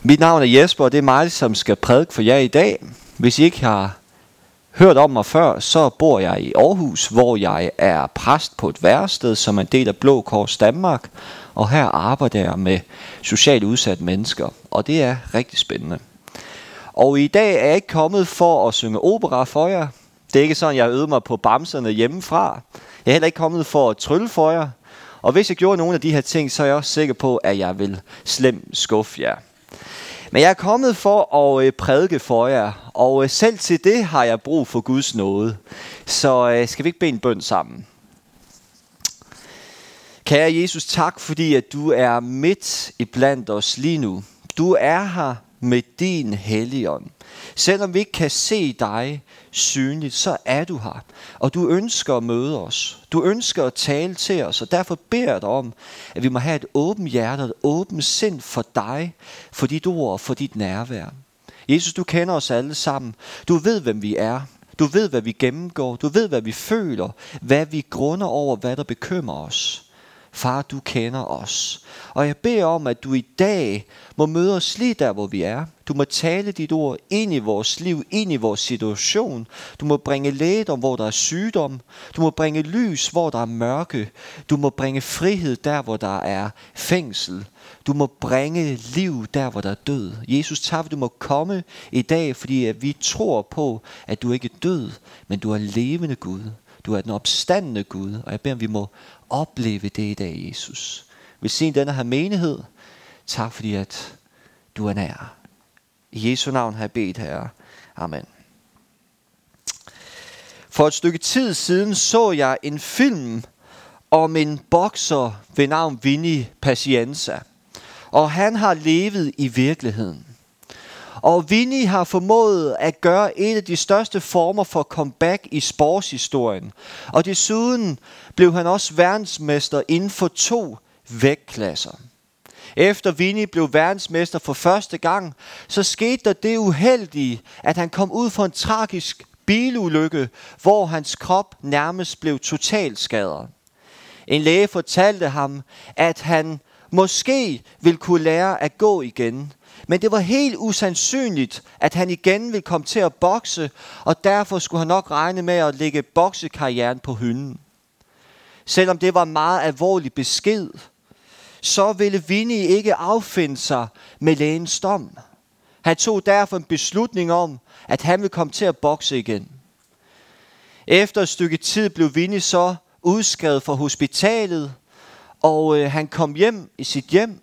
Mit navn er Jesper, og det er mig, som skal prædike for jer i dag. Hvis I ikke har hørt om mig før, så bor jeg i Aarhus, hvor jeg er præst på et værested, som er en del af Blå Kors Danmark. Og her arbejder jeg med socialt udsatte mennesker, og det er rigtig spændende. Og i dag er jeg ikke kommet for at synge opera for jer. Det er ikke sådan, jeg øvede mig på bamserne hjemmefra. Jeg er heller ikke kommet for at trylle for jer. Og hvis jeg gjorde nogle af de her ting, så er jeg også sikker på, at jeg vil slemt skuffe jer. Men jeg er kommet for at prædike for jer, og selv til det har jeg brug for Guds nåde. Så skal vi ikke bede en bøn sammen? Kære Jesus, tak fordi at du er midt iblandt os lige nu. Du er her med din Helligånd. Selvom vi ikke kan se dig synligt, så er du her. Og du ønsker at møde os. Du ønsker at tale til os. Og derfor beder jeg dig om, at vi må have et åbent hjerte og et åbent sind for dig, for dit ord og for dit nærvær. Jesus, du kender os alle sammen. Du ved, hvem vi er. Du ved, hvad vi gennemgår. Du ved, hvad vi føler. Hvad vi grunder over, hvad der bekymrer os. Far, du kender os. Og jeg beder om, at du i dag må møde os lige der, hvor vi er. Du må tale dit ord ind i vores liv, ind i vores situation. Du må bringe lægedom, hvor der er sygdom. Du må bringe lys, hvor der er mørke. Du må bringe frihed der, hvor der er fængsel. Du må bringe liv der, hvor der er død. Jesus, tak, du må komme i dag, fordi at vi tror på, at du ikke er død, men du er levende Gud. Du er den opstandende Gud, og jeg beder, om vi må opleve det i dag, Jesus. Velsign denne her menighed. Tak fordi, at du er nær. I Jesu navn har jeg bedt, Herre. Amen. For et stykke tid siden så jeg en film om en bokser ved navn Vinny Pazienza. Og han har levet i virkeligheden. Og Vinny har formået at gøre en af de største former for comeback i sportshistorien. Og desuden blev han også verdensmester inden for 2 vægtklasser. Efter Vinny blev verdensmester for første gang, så skete der det uheldige, at han kom ud for en tragisk bilulykke, hvor hans krop nærmest blev totalt skadet. En læge fortalte ham, at han måske ville kunne lære at gå igen. Men det var helt usandsynligt, at han igen ville komme til at bokse, og derfor skulle han nok regne med at lægge boksekarrieren på hylden. Selvom det var en meget alvorlig besked, så ville Vinny ikke affinde sig med lægens dom. Han tog derfor en beslutning om, at han ville komme til at bokse igen. Efter et stykke tid blev Vinny så udskrevet fra hospitalet, og han kom hjem i sit hjem.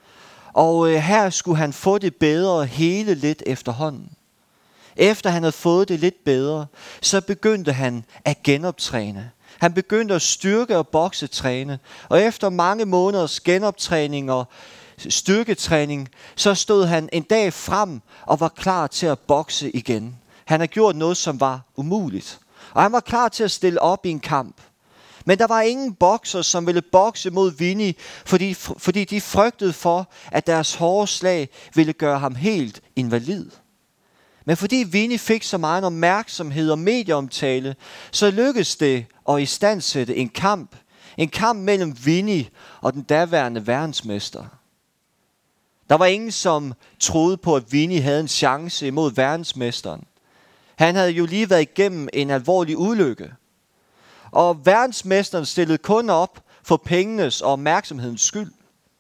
Og her skulle han få det bedre hele lidt efterhånden. Efter han havde fået det lidt bedre, så begyndte han at genoptræne. Han begyndte at styrke og boksetræne. Og efter mange måneders genoptræning og styrketræning, så stod han en dag frem og var klar til at bokse igen. Han havde gjort noget, som var umuligt. Og han var klar til at stille op i en kamp. Men der var ingen bokser, som ville bokse mod Vinny, fordi de frygtede for, at deres hårde slag ville gøre ham helt invalid. Men fordi Vinny fik så meget opmærksomhed og medieomtale, så lykkedes det at istandsætte en kamp. En kamp mellem Vinny og den daværende verdensmester. Der var ingen, som troede på, at Vinny havde en chance imod verdensmesteren. Han havde jo lige været igennem en alvorlig ulykke. Og verdensmesteren stillede kun op for pengenes og opmærksomhedens skyld.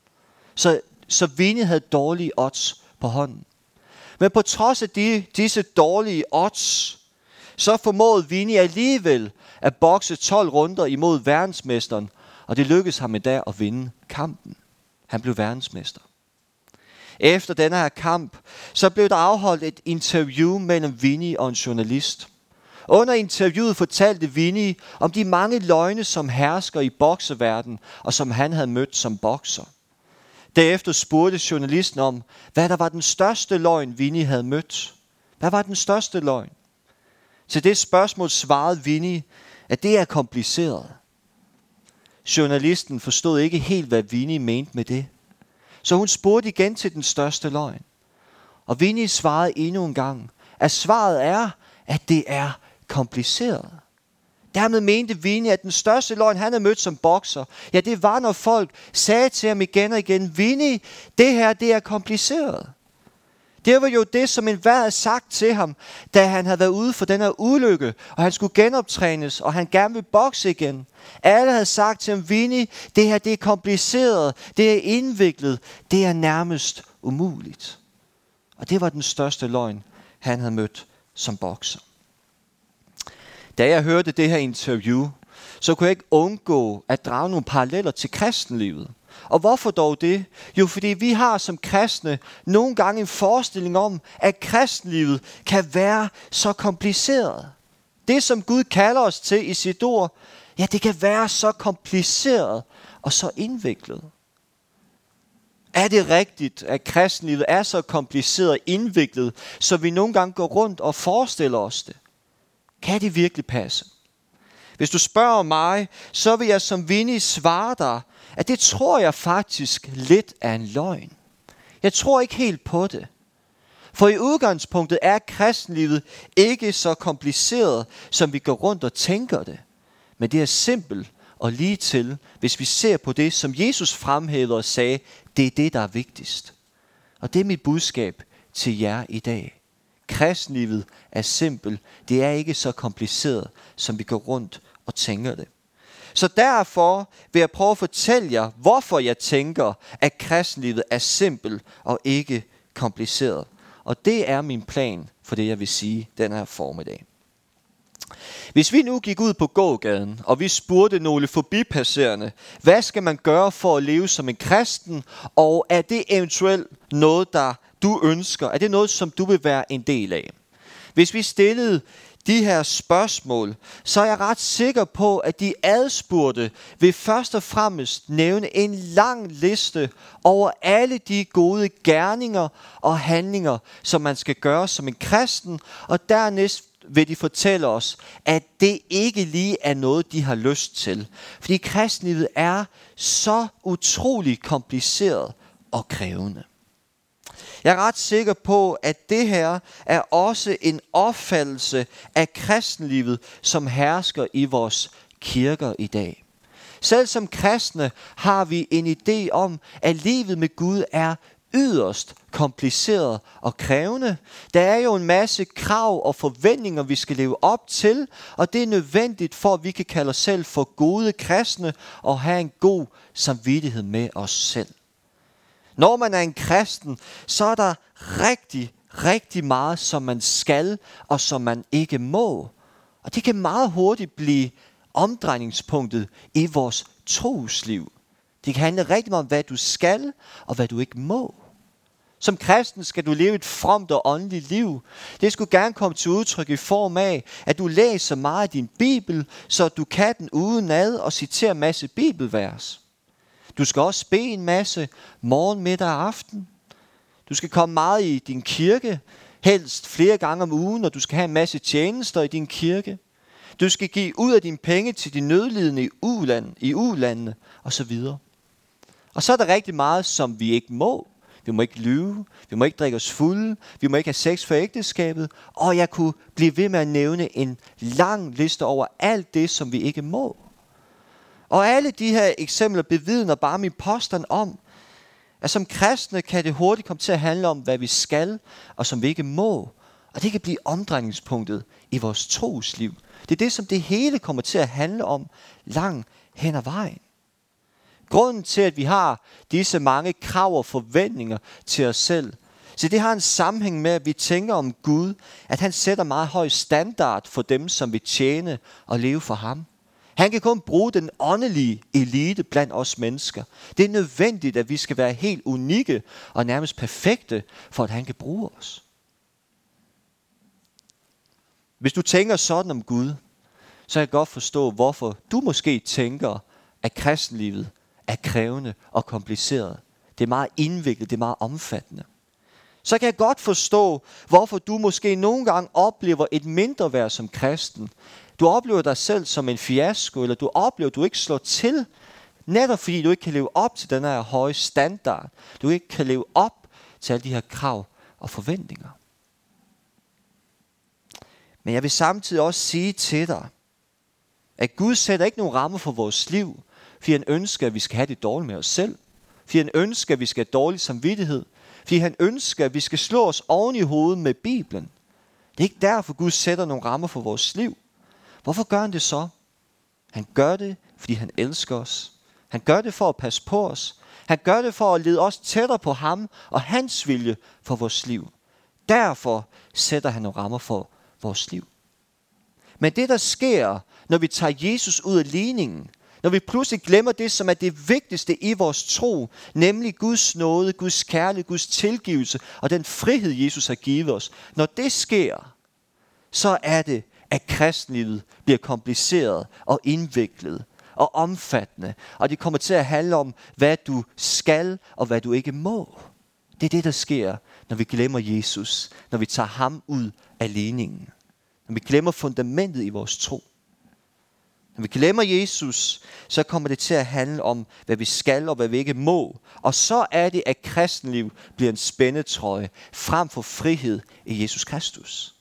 Så Vinny havde dårlige odds på hånden. Men på trods af disse dårlige odds, så formåede Vinny alligevel at bokse 12 runder imod verdensmesteren. Og det lykkedes ham i dag at vinde kampen. Han blev verdensmester. Efter denne her kamp, så blev der afholdt et interview mellem Vinny og en journalist. Under interviewet fortalte Vinny om de mange løgne, som hersker i bokseverdenen, og som han havde mødt som bokser. Derefter spurgte journalisten om, hvad der var den største løgn, Vinny havde mødt. Hvad var den største løgn? Til det spørgsmål svarede Vinny, at det er kompliceret. Journalisten forstod ikke helt, hvad Vinny mente med det. Så hun spurgte igen til den største løgn. Og Vinny svarede endnu en gang, at svaret er, at det er kompliceret. Dermed mente Vinny, at den største løgn, han havde mødt som bokser, ja, det var, når folk sagde til ham igen og igen, Vinny, det her, det er kompliceret. Det var jo det, som enhver havde sagt til ham, da han havde været ude for den her ulykke, og han skulle genoptrænes, og han gerne ville bokse igen. Alle havde sagt til ham, Vinny, det her det er kompliceret, det er indviklet, det er nærmest umuligt. Og det var den største løgn, han havde mødt som bokser. Da jeg hørte det her interview, så kunne jeg ikke undgå at drage nogle paralleller til kristenlivet. Og hvorfor dog det? Jo, fordi vi har som kristne nogle gange en forestilling om, at kristenlivet kan være så kompliceret. Det, som Gud kalder os til i sit ord, ja, det kan være så kompliceret og så indviklet. Er det rigtigt, at kristenlivet er så kompliceret og indviklet, så vi nogle gange går rundt og forestiller os det? Kan det virkelig passe? Hvis du spørger mig, så vil jeg som Vinny svare dig, at det tror jeg faktisk lidt er en løgn. Jeg tror ikke helt på det. For i udgangspunktet er kristenlivet ikke så kompliceret, som vi går rundt og tænker det. Men det er simpelt og lige til, hvis vi ser på det, som Jesus fremhævede og sagde, det er det, der er vigtigst. Og det er mit budskab til jer i dag. Kristenlivet er simpelt. Det er ikke så kompliceret, som vi går rundt og tænker det. Så derfor vil jeg prøve at fortælle jer, hvorfor jeg tænker, at kristenlivet er simpelt og ikke kompliceret. Og det er min plan for det, jeg vil sige den her formiddag. Hvis vi nu gik ud på gågaden, og vi spurgte nogle forbipasserende, hvad skal man gøre for at leve som en kristen, og er det eventuelt noget, der du ønsker? Er det noget, som du vil være en del af? Hvis vi stillede de her spørgsmål, så er jeg ret sikker på, at de adspurgte vil først og fremmest nævne en lang liste over alle de gode gerninger og handlinger, som man skal gøre som en kristen, og dernæst vil de fortælle os, at det ikke lige er noget, de har lyst til. Fordi kristenlivet er så utrolig kompliceret og krævende. Jeg er ret sikker på, at det her er også en opfattelse af kristenlivet, som hersker i vores kirker i dag. Selv som kristne har vi en idé om, at livet med Gud er yderst kompliceret og krævende. Der er jo en masse krav og forventninger, vi skal leve op til, og det er nødvendigt for, at vi kan kalde os selv for gode kristne og have en god samvittighed med os selv. Når man er en kristen, så er der rigtig meget, som man skal og som man ikke må. Og det kan meget hurtigt blive omdrejningspunktet i vores trosliv. Det kan handle rigtig meget om, hvad du skal og hvad du ikke må. Som kristen skal du leve et fromt og åndeligt liv. Det skulle gerne komme til udtryk i form af, at du læser meget af din bibel, så du kan den udenad og citerer en masse bibelvers. Du skal også bede en masse morgen, middag og aften. Du skal komme meget i din kirke, helst flere gange om ugen, og du skal have en masse tjenester i din kirke. Du skal give ud af dine penge til de nødlidende i ulandene osv. Og så er der rigtig meget, som vi ikke må. Vi må ikke lyve, vi må ikke drikke os fulde, vi må ikke have sex for ægteskabet, og jeg kunne blive ved med at nævne en lang liste over alt det, som vi ikke må. Og alle de her eksempler bevidner bare min påstand om, at som kristne kan det hurtigt komme til at handle om, hvad vi skal, og som vi ikke må. Og det kan blive omdrejningspunktet i vores trosliv. Det er det, som det hele kommer til at handle om langt hen ad vejen. Grunden til, at vi har disse mange krav og forventninger til os selv, så det har en sammenhæng med, at vi tænker om Gud, at han sætter meget høj standard for dem, som vil tjene og leve for ham. Han kan kun bruge den åndelige elite blandt os mennesker. Det er nødvendigt, at vi skal være helt unikke og nærmest perfekte, for at han kan bruge os. Hvis du tænker sådan om Gud, så kan jeg godt forstå, hvorfor du måske tænker, at kristenlivet er krævende og kompliceret. Det er meget indviklet, det er meget omfattende. Så kan jeg godt forstå, hvorfor du måske nogle gange oplever et mindre værd som kristen. Du oplever dig selv som en fiasko, eller du oplever, at du ikke slår til, netop fordi du ikke kan leve op til den her høje standard. Du ikke kan leve op til alle de her krav og forventninger. Men jeg vil samtidig også sige til dig, at Gud sætter ikke nogen rammer for vores liv, fordi han ønsker, at vi skal have det dårligt med os selv. Fordi han ønsker, at vi skal have dårlig samvittighed. Fordi han ønsker, at vi skal slå os oven i hovedet med Bibelen. Det er ikke derfor, Gud sætter nogle rammer for vores liv. Hvorfor gør han det så? Han gør det, fordi han elsker os. Han gør det for at passe på os. Han gør det for at lede os tættere på ham og hans vilje for vores liv. Derfor sætter han nogle rammer for vores liv. Men det, der sker, når vi tager Jesus ud af ligningen, når vi pludselig glemmer det, som er det vigtigste i vores tro, nemlig Guds nåde, Guds kærlighed, Guds tilgivelse og den frihed, Jesus har givet os. Når det sker, så er det, at kristenlivet bliver kompliceret og indviklet og omfattende. Og det kommer til at handle om, hvad du skal og hvad du ikke må. Det er det, der sker, når vi glemmer Jesus, når vi tager ham ud af ligningen. Når vi glemmer fundamentet i vores tro. Når vi glemmer Jesus, så kommer det til at handle om, hvad vi skal og hvad vi ikke må. Og så er det, at kristenliv bliver en spændetrøje frem for frihed i Jesus Kristus.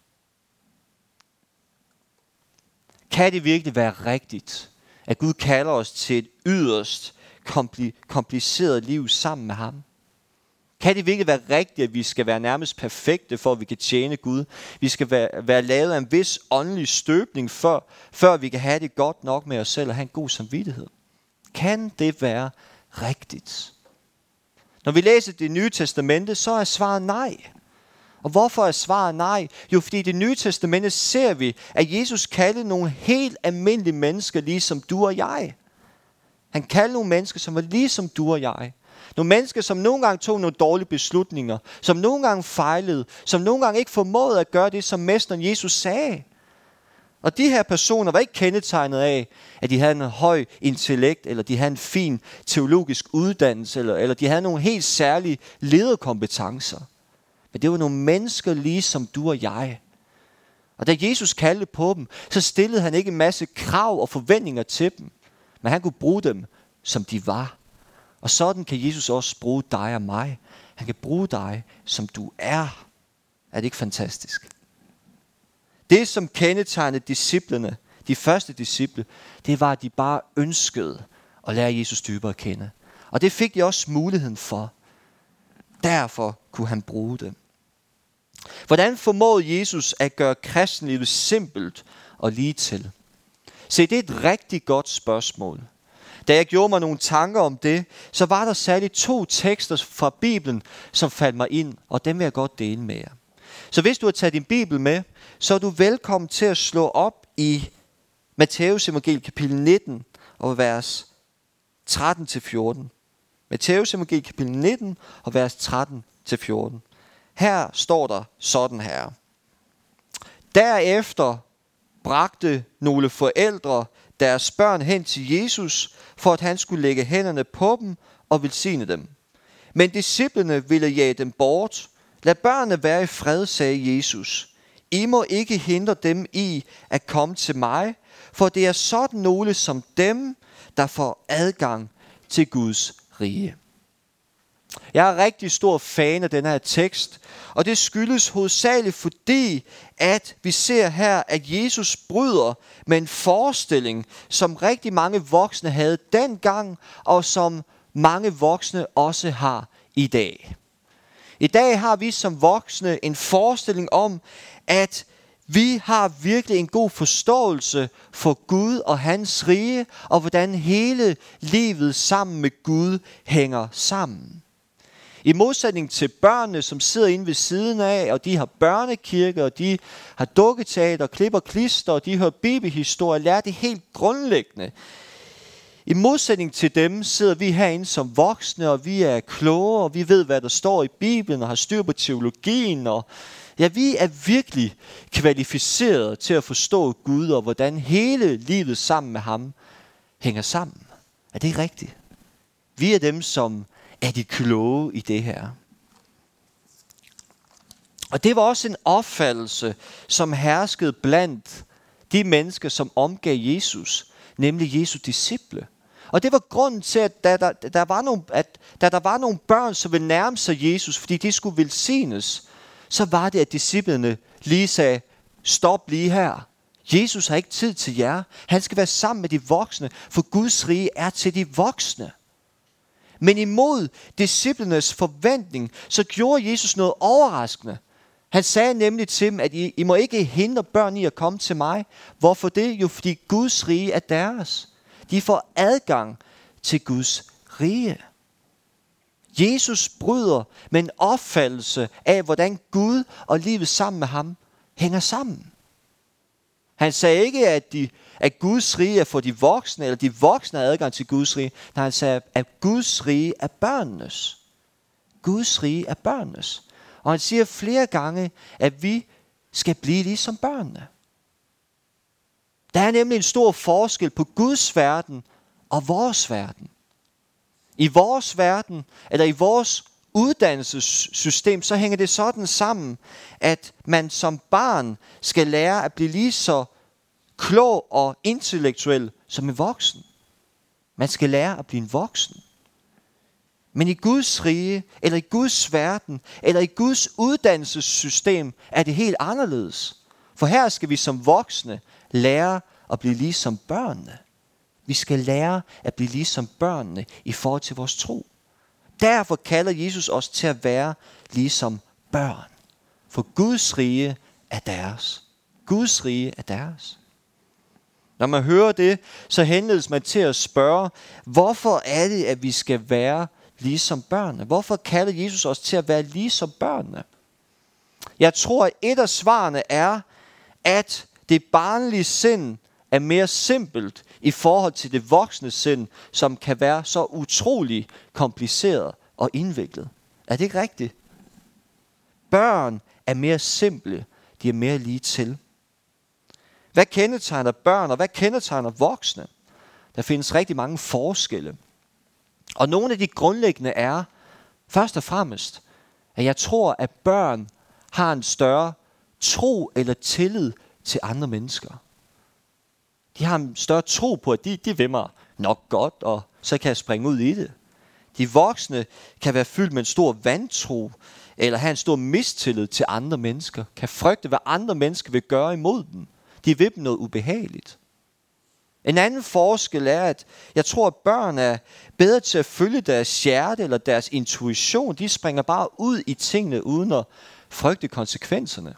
Kan det virkelig være rigtigt, at Gud kalder os til et yderst kompliceret liv sammen med ham? Kan det virkelig være rigtigt, at vi skal være nærmest perfekte, for at vi kan tjene Gud? Vi skal være lavet af en vis åndelig støbning, før vi kan have det godt nok med os selv og have en god samvittighed. Kan det være rigtigt? Når vi læser det nye testamente, så er svaret nej. Og hvorfor er svaret nej? Jo, fordi i det nye testamente ser vi, at Jesus kaldte nogle helt almindelige mennesker, ligesom du og jeg. Han kaldte nogle mennesker, som var ligesom du og jeg. Nogle mennesker, som nogle gange tog nogle dårlige beslutninger, som nogle gange fejlede, som nogle gange ikke formåede at gøre det, som mesteren Jesus sagde. Og de her personer var ikke kendetegnet af, at de havde en høj intellekt, eller de havde en fin teologisk uddannelse, eller de havde nogle helt særlige lederkompetencer. Men det var nogle mennesker ligesom du og jeg. Og da Jesus kaldte på dem, så stillede han ikke en masse krav og forventninger til dem, men han kunne bruge dem, som de var. Og sådan kan Jesus også bruge dig og mig. Han kan bruge dig, som du er. Er det ikke fantastisk? Det, som kendetegnede disciplene, de første disciple, det var, at de bare ønskede at lære Jesus dybere at kende. Og det fik de også muligheden for. Derfor kunne han bruge dem. Hvordan formåede Jesus at gøre kristenlivet simpelt og ligetil? Se, det er et rigtig godt spørgsmål. Da jeg gjorde mig nogle tanker om det, så var der særligt 2 tekster fra Bibelen, som faldt mig ind, og dem vil jeg godt dele med jer. Så hvis du har taget din Bibel med, så er du velkommen til at slå op i Matteus evangeliet kapitel 19 og vers 13-14. Matteus evangeliet kapitel 19 og vers 13-14. Her står der sådan her. Derefter bragte nogle forældre deres børn hen til Jesus, for at han skulle lægge hænderne på dem og velsigne dem. Men disciplene ville jage dem bort. Lad børnene være i fred, sagde Jesus. I må ikke hindre dem i at komme til mig, for det er sådan nogle som dem, der får adgang til Guds rige. Jeg er rigtig stor fan af den her tekst, og det skyldes hovedsageligt fordi, at vi ser her, at Jesus bryder med en forestilling, som rigtig mange voksne havde dengang, og som mange voksne også har i dag. I dag har vi som voksne en forestilling om, at vi har virkelig en god forståelse for Gud og hans rige, og hvordan hele livet sammen med Gud hænger sammen. I modsætning til børnene, som sidder inde ved siden af, og de har børnekirke, og de har dukketeater, klipper klister, og de hører bibelhistorier, lærer det helt grundlæggende. I modsætning til dem sidder vi herinde som voksne, og vi er kloge, og vi ved, hvad der står i Bibelen, og har styr på teologien. Og ja, vi er virkelig kvalificeret til at forstå Gud, og hvordan hele livet sammen med ham hænger sammen. Er det rigtigt? Vi er dem, som er de kloge i det her. Og det var også en opfattelse, som herskede blandt de mennesker, som omgav Jesus, nemlig Jesu disciple. Og det var grunden til, at da der var nogle børn, som ville nærme sig Jesus, fordi de skulle velsignes, så var det, at disciplene lige sagde, stop lige her. Jesus har ikke tid til jer. Han skal være sammen med de voksne, for Guds rige er til de voksne. Men imod disciplenes forventning, så gjorde Jesus noget overraskende. Han sagde nemlig til dem, at I må ikke hindre børn i at komme til mig. Hvorfor det? Jo, fordi Guds rige er deres. De får adgang til Guds rige. Jesus bryder med en opfattelse af, hvordan Gud og livet sammen med ham hænger sammen. Han sagde ikke, at Guds rige er for de voksne, eller de voksne har adgang til Guds rige. Nej, han sagde, at Guds rige er børnenes. Guds rige er børnenes. Og han siger flere gange, at vi skal blive ligesom børnene. Der er nemlig en stor forskel på Guds verden og vores verden. I vores verden, eller i vores uddannelsessystem, så hænger det sådan sammen, at man som barn skal lære at blive lige så klog og intellektuel som en voksen. Man skal lære at blive en voksen. Men i Guds rige, eller i Guds verden, eller i Guds uddannelsessystem, er det helt anderledes. For her skal vi som voksne lære at blive ligesom børnene. Vi skal lære at blive ligesom børnene i forhold til vores tro. Derfor kalder Jesus os til at være ligesom børn. For Guds rige er deres. Guds rige er deres. Når man hører det, så henledes man til at spørge, hvorfor er det, at vi skal være ligesom børnene? Hvorfor kalder Jesus os til at være ligesom børnene? Jeg tror, at et af svarene er, at det barnlige sind er mere simpelt i forhold til det voksne sind, som kan være så utrolig kompliceret og indviklet. Er det ikke rigtigt? Børn er mere simple. De er mere lige til. Hvad kendetegner børn, og hvad kendetegner voksne? Der findes rigtig mange forskelle. Og nogle af de grundlæggende er, først og fremmest, at jeg tror, at børn har en større tro eller tillid til andre mennesker. De har en større tro på, at de vil mig nok godt, og så kan jeg springe ud i det. De voksne kan være fyldt med en stor vantro, eller have en stor mistillid til andre mennesker, kan frygte, hvad andre mennesker vil gøre imod dem. De vil dem noget ubehageligt. En anden forskel er, at jeg tror, at børn er bedre til at følge deres hjerte eller deres intuition. De springer bare ud i tingene uden at frygte konsekvenserne.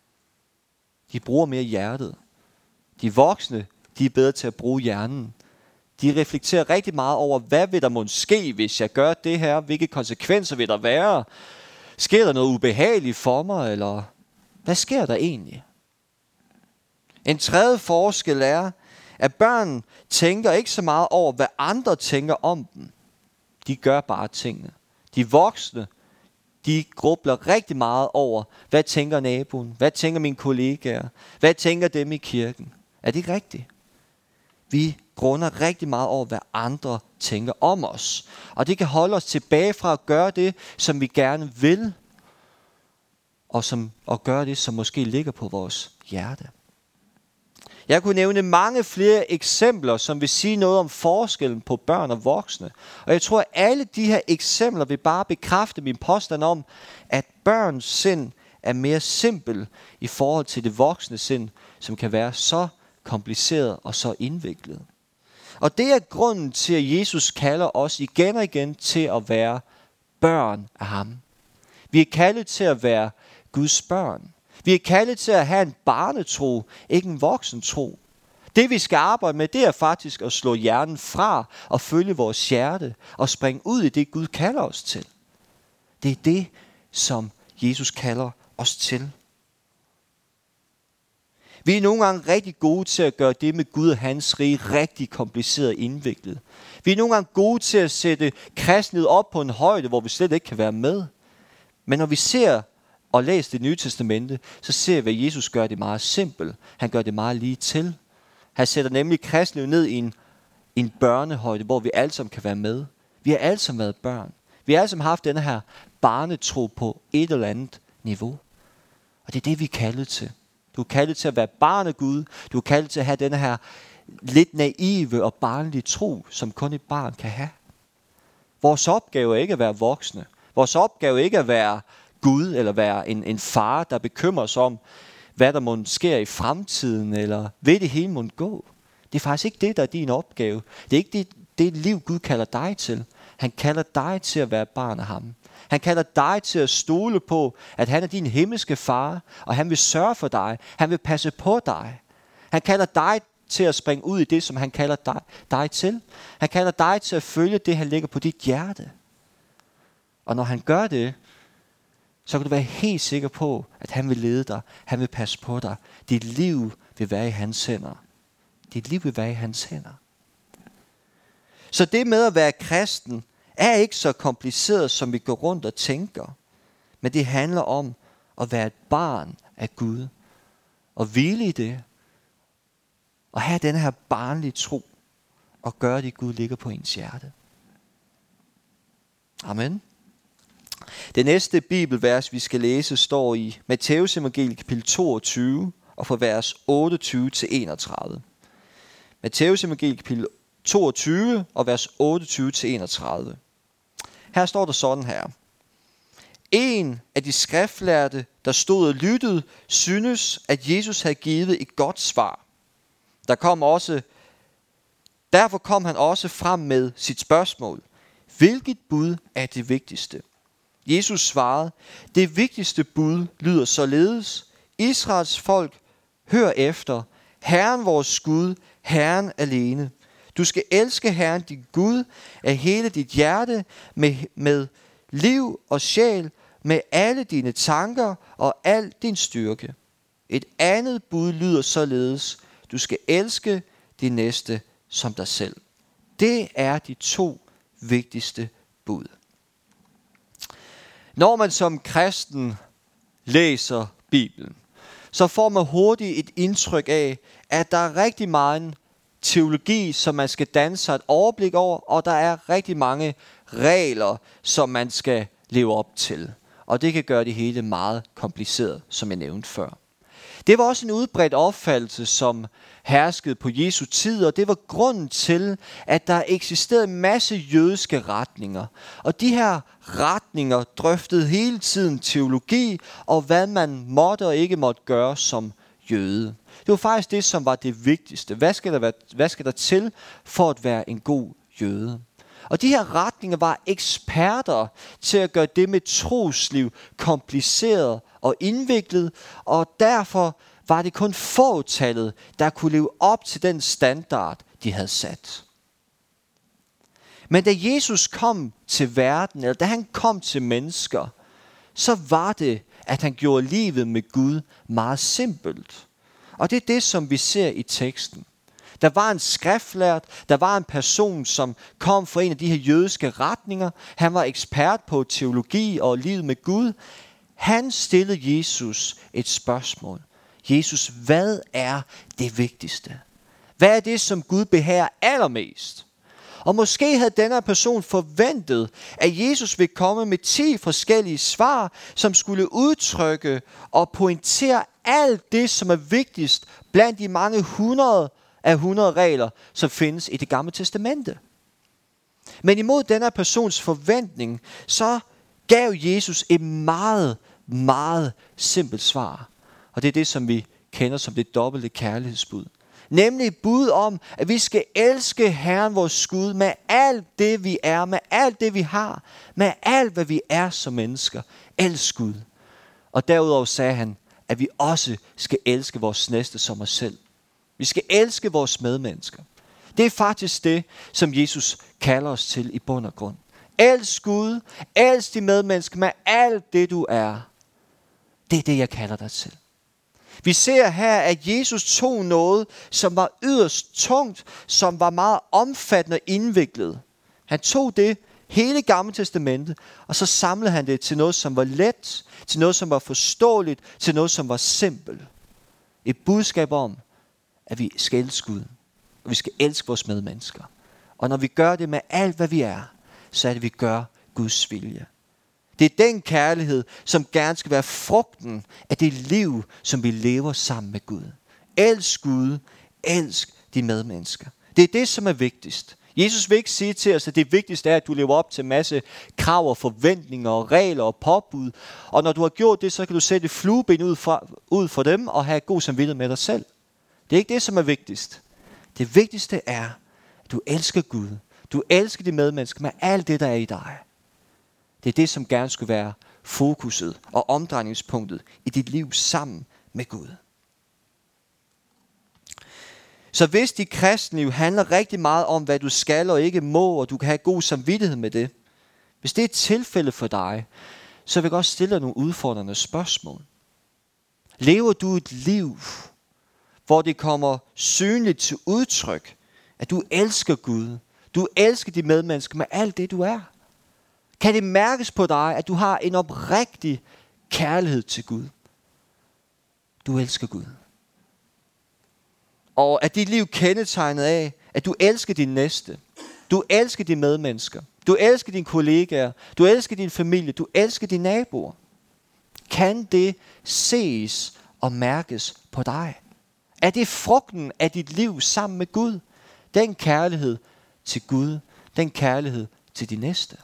De bruger mere hjertet. De voksne, de er bedre til at bruge hjernen. De reflekterer rigtig meget over, hvad vil der måske ske, hvis jeg gør det her? Hvilke konsekvenser vil der være? Sker der noget ubehageligt for mig, eller hvad sker der egentlig? En tredje forskel er, at børn tænker ikke så meget over, hvad andre tænker om dem. De gør bare tingene. De voksne, de grubler rigtig meget over, hvad tænker naboen? Hvad tænker mine kollegaer? Hvad tænker dem i kirken? Er det ikke rigtigt? Vi grunder rigtig meget over, hvad andre tænker om os. Og det kan holde os tilbage fra at gøre det, som vi gerne vil. Og gøre det, som måske ligger på vores hjerte. Jeg kunne nævne mange flere eksempler, som vil sige noget om forskellen på børn og voksne. Og jeg tror, at alle de her eksempler vil bare bekræfte min påstand om, at børns sind er mere simpel i forhold til det voksne sind, som kan være så kompliceret og så indviklet. Og det er grunden til, at Jesus kalder os igen og igen til at være børn af ham. Vi er kaldet til at være Guds børn. Vi er kaldet til at have en barnetro, ikke en voksentro. Det vi skal arbejde med, det er faktisk at slå hjernen fra og følge vores hjerte og springe ud i det, Gud kalder os til. Det er det, som Jesus kalder os til. Vi er nogle gange rigtig gode til at gøre det med Gud og hans rige rigtig kompliceret og indviklet. Vi er nogle gange gode til at sætte kristenhed op på en højde, hvor vi slet ikke kan være med. Men når vi ser og læser det nye testamente, så ser vi, at Jesus gør det meget simpelt. Han gør det meget lige til. Han sætter nemlig kristenhed ned i en børnehøjde, hvor vi alle sammen kan være med. Vi har alle sammen været børn. Vi har alle sammen haft denne her barnetro på et eller andet niveau. Og det er det, vi er kaldet til. Du er kaldet til at være barn af Gud. Du er kaldet til at have denne her lidt naive og barnlige tro, som kun et barn kan have. Vores opgave er ikke at være voksne. Vores opgave er ikke at være Gud, eller være en far, der bekymrer sig om, hvad der må ske i fremtiden, eller ved det hele må gå. Det er faktisk ikke det, der er din opgave. Det er ikke det liv, Gud kalder dig til. Han kalder dig til at være barn af ham. Han kalder dig til at stole på, at han er din himmelske far, og han vil sørge for dig. Han vil passe på dig. Han kalder dig til at springe ud i det, som han kalder dig til. Han kalder dig til at følge det, han lægger på dit hjerte. Og når han gør det, så kan du være helt sikker på, at han vil lede dig. Han vil passe på dig. Dit liv vil være i hans hænder. Dit liv vil være i hans hænder. Så det med at være kristen er ikke så kompliceret, som vi går rundt og tænker. Men det handler om at være et barn af Gud. Og hvile i det. Og have den her barnlige tro. Og gøre det, Gud ligger på ens hjerte. Amen. Det næste bibelvers, vi skal læse, står i Matteus evangeliet kapitel 22, og fra vers 28 til 31. Matteus evangeliet kapitel 22, og vers 28 til 31. Her står der sådan her. En af de skriftlærde, der stod og lyttede, synes, at Jesus havde givet et godt svar. Derfor kom han også frem med sit spørgsmål. Hvilket bud er det vigtigste? Jesus svarede, det vigtigste bud lyder således. Israels folk, hør efter. Herren vores Gud, Herren alene. Du skal elske Herren din Gud af hele dit hjerte, med liv og sjæl, med alle dine tanker og al din styrke. Et andet bud lyder således. Du skal elske din næste som dig selv. Det er de 2 vigtigste bud. Når man som kristen læser Bibelen, så får man hurtigt et indtryk af, at der er rigtig meget teologi, som man skal danne sig et overblik over, og der er rigtig mange regler, som man skal leve op til. Og det kan gøre det hele meget kompliceret, som jeg nævnte før. Det var også en udbredt opfattelse, som herskede på Jesu tid, og det var grunden til, at der eksisterede en masse jødiske retninger. Og de her retninger drøftede hele tiden teologi, og hvad man måtte og ikke måtte gøre som jøde. Det var faktisk det, som var det vigtigste. Hvad skal der til for at være en god jøde? Og de her retninger var eksperter til at gøre det med trosliv kompliceret og indviklet, og derfor var det kun fåtallet, der kunne leve op til den standard, de havde sat. Men da Jesus kom til verden, eller da han kom til mennesker, så var det, at han gjorde livet med Gud meget simpelt. Og det er det, som vi ser i teksten. Der var en skriftlært, der var en person, som kom fra en af de her jødiske retninger. Han var ekspert på teologi og livet med Gud. Han stillede Jesus et spørgsmål. Jesus, hvad er det vigtigste? Hvad er det, som Gud behager allermest? Og måske havde denne person forventet, at Jesus ville komme med 10 forskellige svar, som skulle udtrykke og pointere alt det, som er vigtigst blandt de mange 100 regler, som findes i Det Gamle Testamente. Men imod denne persons forventning, så gav Jesus et meget, meget simpelt svar. Og det er det, som vi kender som det dobbelte kærlighedsbud. Nemlig et bud om, at vi skal elske Herren vores Gud med alt det, vi er, med alt det, vi har, med alt, hvad vi er som mennesker. Elsk Gud. Og derudover sagde han, at vi også skal elske vores næste som os selv. Vi skal elske vores medmennesker. Det er faktisk det, som Jesus kalder os til i bund og grund. Elsk Gud, elsk de medmennesker med alt det, du er. Det er det, jeg kalder dig til. Vi ser her, at Jesus tog noget, som var yderst tungt, som var meget omfattende og indviklet. Han tog det, hele Gamle Testamente, og så samlede han det til noget, som var let, til noget, som var forståeligt, til noget, som var simpelt. Et budskab om, at vi skal elske Gud, og vi skal elske vores medmennesker. Og når vi gør det med alt, hvad vi er, så er det, vi gør Guds vilje. Det er den kærlighed, som gerne skal være frugten af det liv, som vi lever sammen med Gud. Elsk Gud, elsk de medmennesker. Det er det, som er vigtigst. Jesus vil ikke sige til os, at det vigtigste er, at du lever op til en masse krav og forventninger og regler og påbud. Og når du har gjort det, så kan du sætte flueben ud for dem og have god samvittighed med dig selv. Det er ikke det, som er vigtigst. Det vigtigste er, at du elsker Gud, Du elsker de medmennesker med alt det, der er i dig. Det er det, som gerne skulle være fokuset og omdrejningspunktet i dit liv sammen med Gud. Så hvis dit kristenliv handler rigtig meget om, hvad du skal og ikke må, og du kan have god samvittighed med det, hvis det er et tilfælde for dig, så vil jeg godt stille dig nogle udfordrende spørgsmål. Lever du et liv, hvor det kommer synligt til udtryk, at du elsker Gud, du elsker de medmennesker med alt det, du er? Kan det mærkes på dig, at du har en oprigtig kærlighed til Gud? Du elsker Gud. Og at dit liv kendetegnet af, at du elsker din næste. Du elsker dine medmennesker. Du elsker dine kollegaer. Du elsker din familie. Du elsker dine naboer. Kan det ses og mærkes på dig? Er det frugten af dit liv sammen med Gud? Den kærlighed til Gud. Den kærlighed til de næste.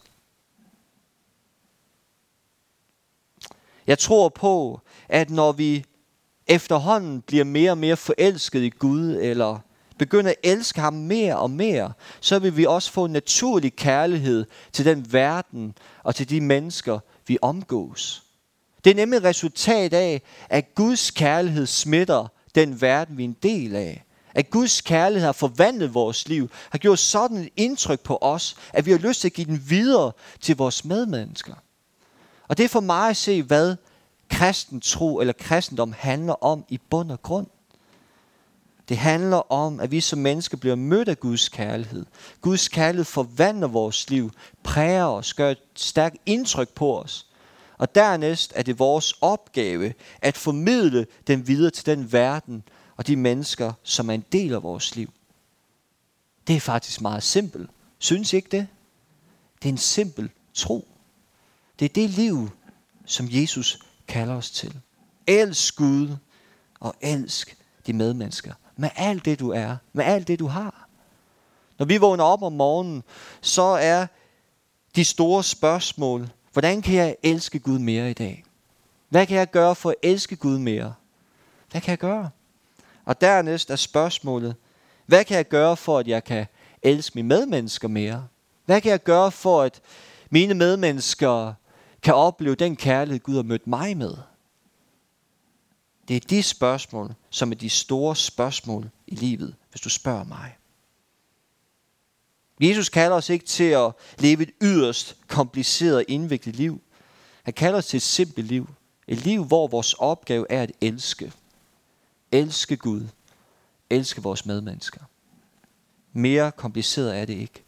Jeg tror på, at når vi efterhånden bliver mere og mere forelsket i Gud, eller begynder at elske ham mere og mere, så vil vi også få en naturlig kærlighed til den verden og til de mennesker, vi omgås. Det er nemlig et resultat af, at Guds kærlighed smitter den verden, vi er en del af. At Guds kærlighed har forvandlet vores liv, har gjort sådan et indtryk på os, at vi har lyst til at give den videre til vores medmennesker. Og det er for mig at se, hvad kristen tro eller kristendom handler om i bund og grund. Det handler om, at vi som mennesker bliver mødt af Guds kærlighed. Guds kærlighed forvandler vores liv, præger os, gør et stærkt indtryk på os. Og dernæst er det vores opgave at formidle den videre til den verden og de mennesker, som er en del af vores liv. Det er faktisk meget simpelt. Synes I ikke det? Det er en simpel tro. Det er det liv, som Jesus kalder os til. Elsk Gud og elsk de medmennesker. Med alt det du er. Med alt det du har. Når vi vågner op om morgenen, så er de store spørgsmål: hvordan kan jeg elske Gud mere i dag? Hvad kan jeg gøre for at elske Gud mere? Hvad kan jeg gøre? Og dernæst er spørgsmålet: hvad kan jeg gøre for at jeg kan elske mine medmennesker mere? Hvad kan jeg gøre for at mine medmennesker kan opleve den kærlighed, Gud har mødt mig med? Det er de spørgsmål, som er de store spørgsmål i livet, hvis du spørger mig. Jesus kalder os ikke til at leve et yderst kompliceret og indviklet liv. Han kalder os til et simpelt liv. Et liv, hvor vores opgave er at elske. Elske Gud. Elske vores medmennesker. Mere kompliceret er det ikke.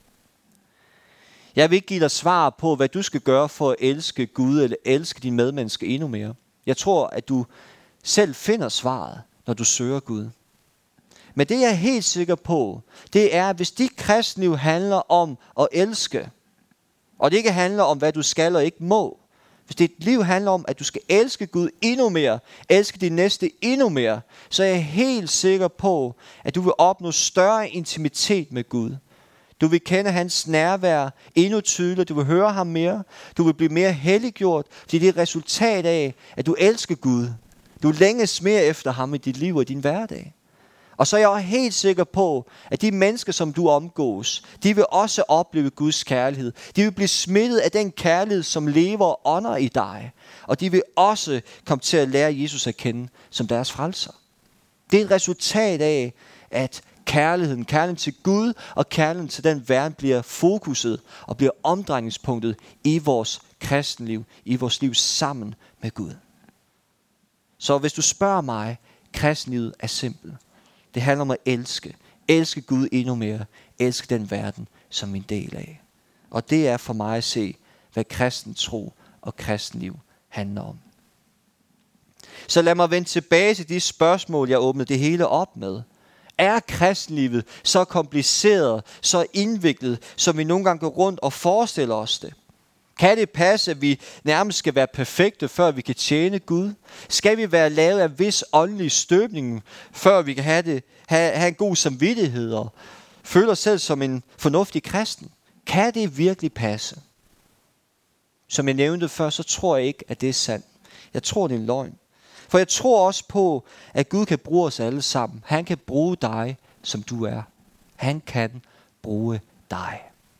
Jeg vil ikke give dig svar på, hvad du skal gøre for at elske Gud eller elske dine medmennesker endnu mere. Jeg tror, at du selv finder svaret, når du søger Gud. Men det jeg er helt sikker på, det er, at hvis dit kristenliv handler om at elske, og det ikke handler om, hvad du skal og ikke må, hvis dit liv handler om, at du skal elske Gud endnu mere, elske din næste endnu mere, så er jeg helt sikker på, at du vil opnå større intimitet med Gud. Du vil kende hans nærvær endnu tydeligere, du vil høre ham mere, du vil blive mere helliggjort, fordi det er et resultat af, at du elsker Gud. Du længes mere efter ham i dit liv og i din hverdag. Og så er jeg også helt sikker på, at de mennesker, som du omgås, de vil også opleve Guds kærlighed. De vil blive smittet af den kærlighed, som lever og ånder i dig. Og de vil også komme til at lære Jesus at kende som deres frelser. Det er et resultat af, at kærligheden til Gud og kærligheden til den verden bliver fokuset og bliver omdrejningspunktet i vores kristenliv, i vores liv sammen med Gud. Så hvis du spørger mig, kristenlivet er simpelt. Det handler om at elske. Elske Gud endnu mere. Elske den verden som en del af. Og det er for mig at se, hvad kristen tro og kristenliv handler om. Så lad mig vende tilbage til de spørgsmål, jeg åbnede det hele op med. Er kristenlivet så kompliceret, så indviklet, som vi nogle gange går rundt og forestiller os det? Kan det passe, at vi nærmest skal være perfekte, før vi kan tjene Gud? Skal vi være lavet af vis åndelig støbning, før vi kan have en god samvittighed og føle os selv som en fornuftig kristen? Kan det virkelig passe? Som jeg nævnte før, så tror jeg ikke, at det er sandt. Jeg tror, det er en løgn. For jeg tror også på, at Gud kan bruge os alle sammen. Han kan bruge dig, som du er. Han kan bruge dig.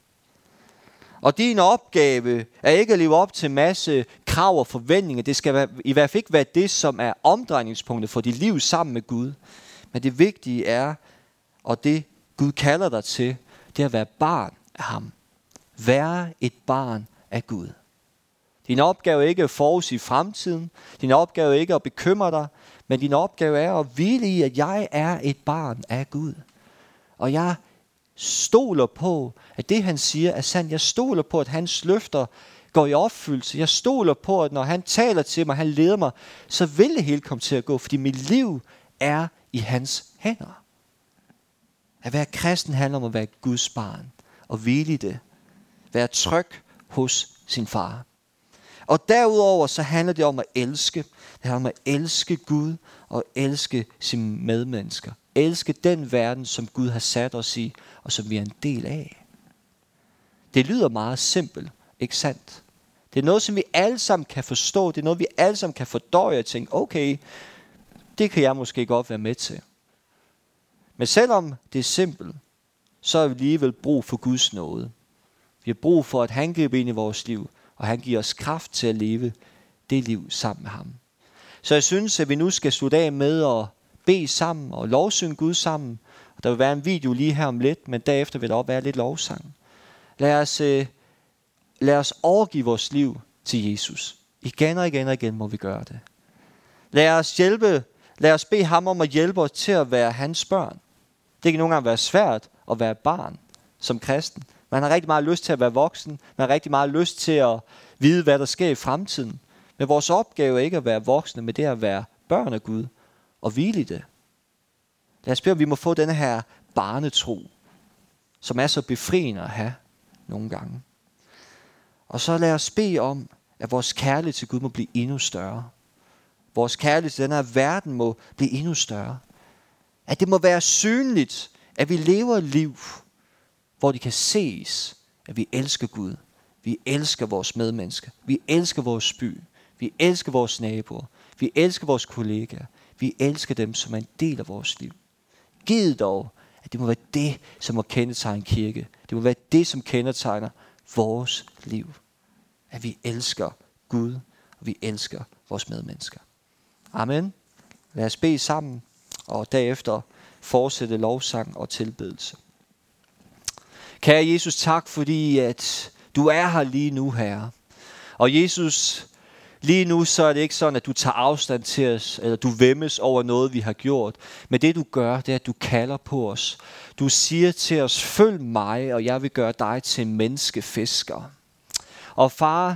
Og din opgave er ikke at leve op til en masse krav og forventninger. Det skal i hvert fald ikke være det, som er omdrejningspunktet for dit liv sammen med Gud. Men det vigtige er, og det Gud kalder dig til, det er at være barn af ham. Være et barn af Gud. Din opgave er ikke at forudsige fremtiden. Din opgave er ikke at bekymre dig. Men din opgave er at hvile i, at jeg er et barn af Gud. Og jeg stoler på, at det han siger er sandt. Jeg stoler på, at hans løfter går i opfyldelse. Jeg stoler på, at når han taler til mig, han leder mig, så vil det hele komme til at gå. Fordi mit liv er i hans hænder. At være kristen handler om at være Guds barn. Og hvile i det. Være tryg hos sin far. Og derudover så handler det om at elske. Det handler om at elske Gud og elske sine medmennesker. Elske den verden, som Gud har sat os i, og som vi er en del af. Det lyder meget simpelt, ikke sandt? Det er noget, som vi alle sammen kan forstå. Det er noget, vi alle sammen kan fordøje og tænke, okay, det kan jeg måske godt være med til. Men selvom det er simpelt, så har vi alligevel brug for Guds nåde. Vi har brug for, at han griber ind i vores liv, og han giver os kraft til at leve det liv sammen med ham. Så jeg synes, at vi nu skal slutte af med at bede sammen og lovsynge Gud sammen. Der vil være en video lige her om lidt, men derefter vil der også være lidt lovsang. Lad os overgive vores liv til Jesus. Igen og igen og igen må vi gøre det. Lad os bede ham om at hjælpe os til at være hans børn. Det kan nogle gange være svært at være barn som kristen. Man har rigtig meget lyst til at være voksen. Man har rigtig meget lyst til at vide, hvad der sker i fremtiden. Men vores opgave er ikke at være voksne, men det er at være børn af Gud og hvile i det. Lad os bede, om vi må få denne her barnetro, som er så befriende at have nogle gange. Og så lad os bede om, at vores kærlighed til Gud må blive endnu større. Vores kærlighed til den her verden må blive endnu større. At det må være synligt, at vi lever et liv, hvor det kan ses, at vi elsker Gud. Vi elsker vores medmennesker. Vi elsker vores by. Vi elsker vores naboer. Vi elsker vores kollegaer. Vi elsker dem, som er en del af vores liv. Giv dog, at det må være det, som må kendetegne en kirke. Det må være det, som kendetegner vores liv. At vi elsker Gud, og vi elsker vores medmennesker. Amen. Lad os bede sammen, og derefter fortsætte lovsang og tilbedelse. Kære Jesus, tak fordi, at du er her lige nu, Herre. Og Jesus, lige nu så er det ikke sådan, at du tager afstand til os, eller du væmmes over noget, vi har gjort. Men det du gør, det er, at du kalder på os. Du siger til os, følg mig, og jeg vil gøre dig til en menneskefisker. Og far,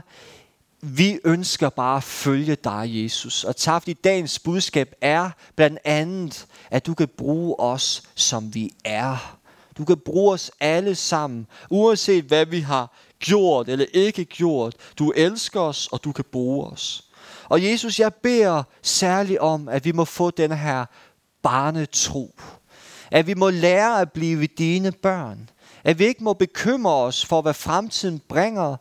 vi ønsker bare at følge dig, Jesus. Og tak fordi dagens budskab er blandt andet, at du kan bruge os, som vi er. Du kan bruge os alle sammen, uanset hvad vi har gjort eller ikke gjort. Du elsker os, og du kan bruge os. Og Jesus, jeg beder særligt om, at vi må få denne her barnetro. At vi må lære at blive dine børn. At vi ikke må bekymre os for, hvad fremtiden bringer,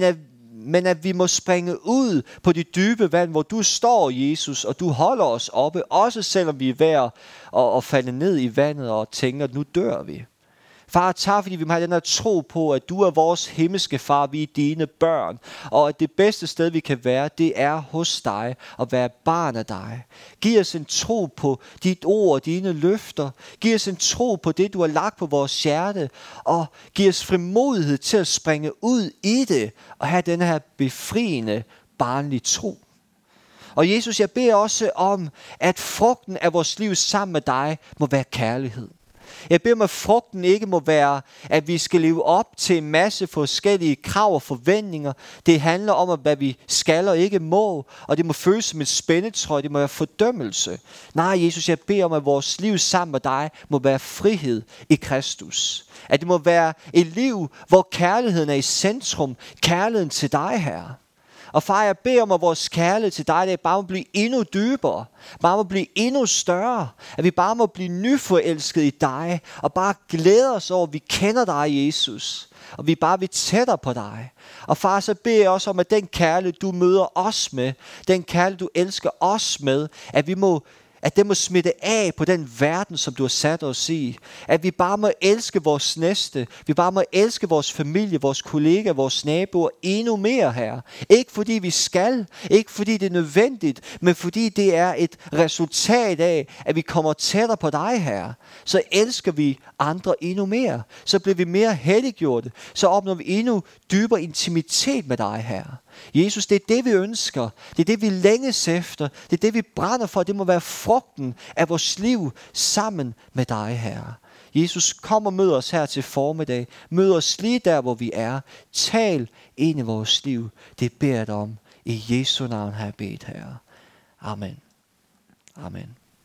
men at vi må springe ud på de dybe vand, hvor du står, Jesus, og du holder os oppe, også selvom vi er ved at falde ned i vandet og tænker, at nu dør vi. Far, tak fordi vi må have den her tro på, at du er vores himmelske far, vi er dine børn, og at det bedste sted, vi kan være, det er hos dig, og være barn af dig. Giv os en tro på dit ord og dine løfter. Giv os en tro på det, du har lagt på vores hjerte, og giv os frimodighed til at springe ud i det, og have den her befriende, barnlige tro. Og Jesus, jeg beder også om, at frugten af vores liv sammen med dig må være kærlighed. Jeg beder om, at frugten ikke må være, at vi skal leve op til en masse forskellige krav og forventninger. Det handler om, hvad vi skal og ikke må, og det må føles som et spændetrøje, det må være fordømmelse. Nej, Jesus, jeg beder om, at vores liv sammen med dig må være frihed i Kristus. At det må være et liv, hvor kærligheden er i centrum, kærligheden til dig, Herre. Og far, jeg beder om, at vores kærlighed til dig, det bare må blive endnu dybere. Bare må blive endnu større. At vi bare må blive nyforelsket i dig. Og bare glæde os over, at vi kender dig, Jesus. Og vi bare vil tættere på dig. Og far, så beder jeg også om, at den kærlighed, du møder os med, den kærlighed, du elsker os med, at det må smitte af på den verden, som du har sat os i. At vi bare må elske vores næste. Vi bare må elske vores familie, vores kollegaer, vores naboer endnu mere, Herre. Ikke fordi vi skal, ikke fordi det er nødvendigt, men fordi det er et resultat af, at vi kommer tættere på dig, Herre. Så elsker vi andre endnu mere. Så bliver vi mere helliggjorte. Så opnår vi endnu dybere intimitet med dig, Herre. Jesus, det er det, vi ønsker. Det er det, vi længes efter. Det er det, vi brænder for. Det må være frugten af vores liv sammen med dig, Herre. Jesus, kom og mød os her til formiddag. Mød os lige der, hvor vi er. Tal ind i vores liv. Det beder jeg dig om. I Jesu navn har jeg bedt, Herre. Amen. Amen.